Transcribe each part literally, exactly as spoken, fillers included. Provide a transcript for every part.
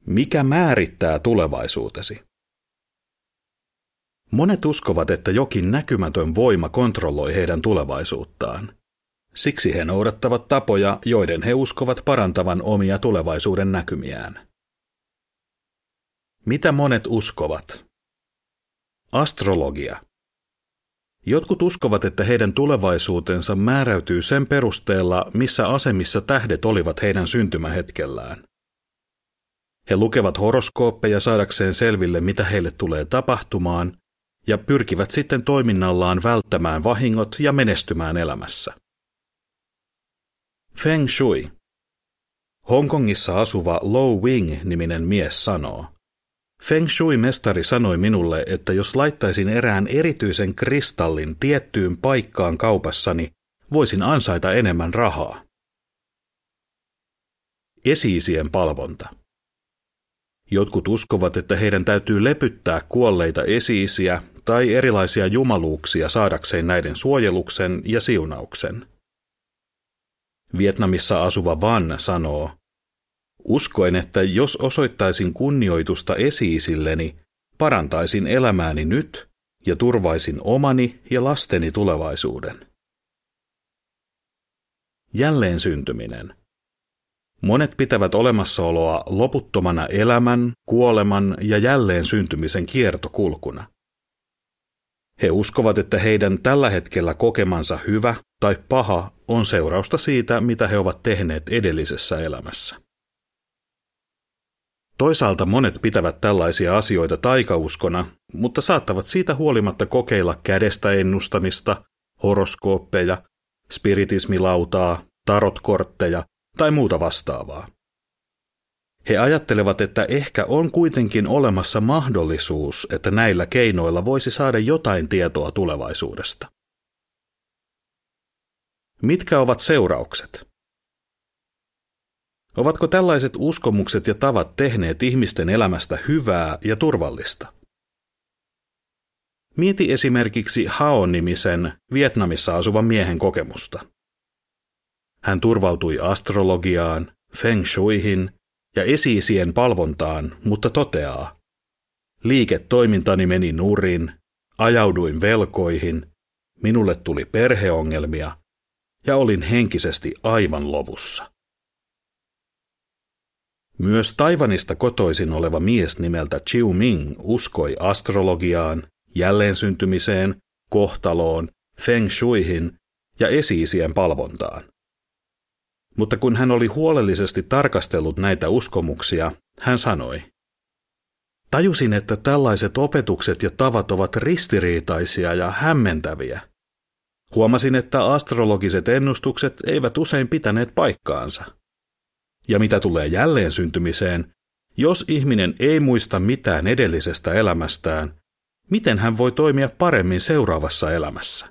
Mikä määrittää tulevaisuutesi? Monet uskovat, että jokin näkymätön voima kontrolloi heidän tulevaisuuttaan. Siksi he noudattavat tapoja, joiden he uskovat parantavan omia tulevaisuuden näkymiään. Mitä monet uskovat? Astrologia. Jotkut uskovat, että heidän tulevaisuutensa määräytyy sen perusteella, missä asemissa tähdet olivat heidän syntymähetkellään. He lukevat horoskooppeja saadakseen selville, mitä heille tulee tapahtumaan, ja pyrkivät sitten toiminnallaan välttämään vahingot ja menestymään elämässä. Feng Shui. Hongkongissa asuva Lo Wing-niminen mies sanoo, Feng Shui-mestari sanoi minulle, että jos laittaisin erään erityisen kristallin tiettyyn paikkaan kaupassani, voisin ansaita enemmän rahaa. Esi-isien palvonta. Jotkut uskovat, että heidän täytyy lepyttää kuolleita esi-isiä tai erilaisia jumaluuksia saadakseen näiden suojeluksen ja siunauksen. Vietnamissa asuva Van sanoo, uskoen, että jos osoittaisin kunnioitusta esi-isilleni, parantaisin elämääni nyt ja turvaisin omani ja lasteni tulevaisuuden. Jälleen syntyminen. Monet pitävät olemassaoloa loputtomana elämän, kuoleman ja jälleen syntymisen kiertokulkuna. He uskovat, että heidän tällä hetkellä kokemansa hyvä tai paha on seurausta siitä, mitä he ovat tehneet edellisessä elämässä. Toisaalta monet pitävät tällaisia asioita taikauskona, mutta saattavat siitä huolimatta kokeilla kädestä ennustamista, horoskooppeja, spiritismilautaa, tarotkortteja tai muuta vastaavaa. He ajattelevat, että ehkä on kuitenkin olemassa mahdollisuus, että näillä keinoilla voisi saada jotain tietoa tulevaisuudesta. Mitkä ovat seuraukset? Ovatko tällaiset uskomukset ja tavat tehneet ihmisten elämästä hyvää ja turvallista? Mieti esimerkiksi Hao-nimisen Vietnamissa asuvan miehen kokemusta. Hän turvautui astrologiaan, feng shuihin ja esi-isien palvontaan, mutta toteaa, liiketoimintani meni nurin, ajauduin velkoihin, minulle tuli perheongelmia ja olin henkisesti aivan lopussa. Myös Taiwanista kotoisin oleva mies nimeltä Chiu Ming uskoi astrologiaan, jälleensyntymiseen, kohtaloon, feng shuihin ja esi-isien palvontaan. Mutta kun hän oli huolellisesti tarkastellut näitä uskomuksia, hän sanoi, tajusin, että tällaiset opetukset ja tavat ovat ristiriitaisia ja hämmentäviä. Huomasin, että astrologiset ennustukset eivät usein pitäneet paikkaansa. Ja mitä tulee jälleen syntymiseen, jos ihminen ei muista mitään edellisestä elämästään, miten hän voi toimia paremmin seuraavassa elämässä?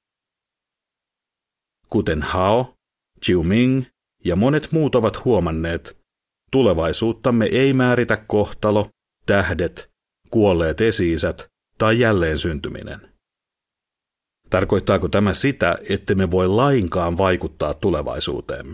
Kuten Hao, Chiu Ming ja monet muut ovat huomanneet, tulevaisuuttamme ei määritä kohtalo, tähdet, kuolleet esi-isät tai jälleen syntyminen. Tarkoittaako tämä sitä, ettemme voi lainkaan vaikuttaa tulevaisuuteemme?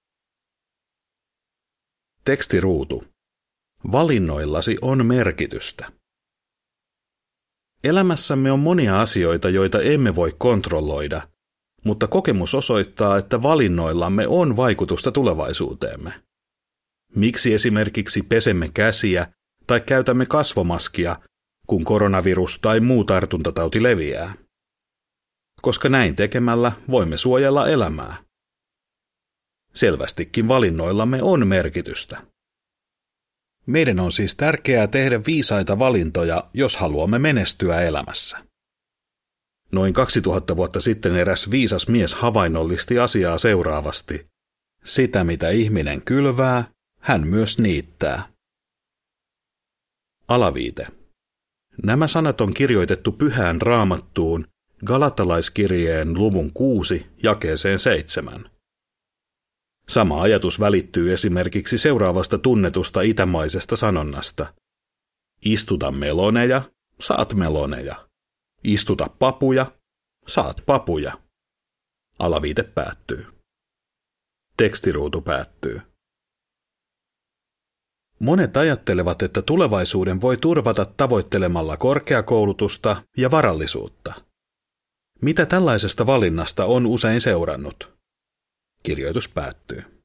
Tekstiruutu. Valinnoillasi on merkitystä. Elämässämme on monia asioita, joita emme voi kontrolloida, mutta kokemus osoittaa, että valinnoillamme on vaikutusta tulevaisuuteemme. Miksi esimerkiksi pesemme käsiä tai käytämme kasvomaskia, kun koronavirus tai muu tartuntatauti leviää? Koska näin tekemällä voimme suojella elämää. Selvästikin valinnoillamme on merkitystä. Meidän on siis tärkeää tehdä viisaita valintoja, jos haluamme menestyä elämässä. Noin kaksituhatta vuotta sitten eräs viisas mies havainnollisti asiaa seuraavasti. Sitä, mitä ihminen kylvää, hän myös niittää. Alaviite. Nämä sanat on kirjoitettu Pyhään Raamattuun, Galatalaiskirjeen luvun kuusi, jakeeseen seitsemän. Sama ajatus välittyy esimerkiksi seuraavasta tunnetusta itämaisesta sanonnasta. Istuta meloneja, saat meloneja. Istuta papuja, saat papuja. Alaviite päättyy. Tekstiruutu päättyy. Monet ajattelevat, että tulevaisuuden voi turvata tavoittelemalla korkeakoulutusta ja varallisuutta. Mitä tällaisesta valinnasta on usein seurannut? Kirjoitus päättyy.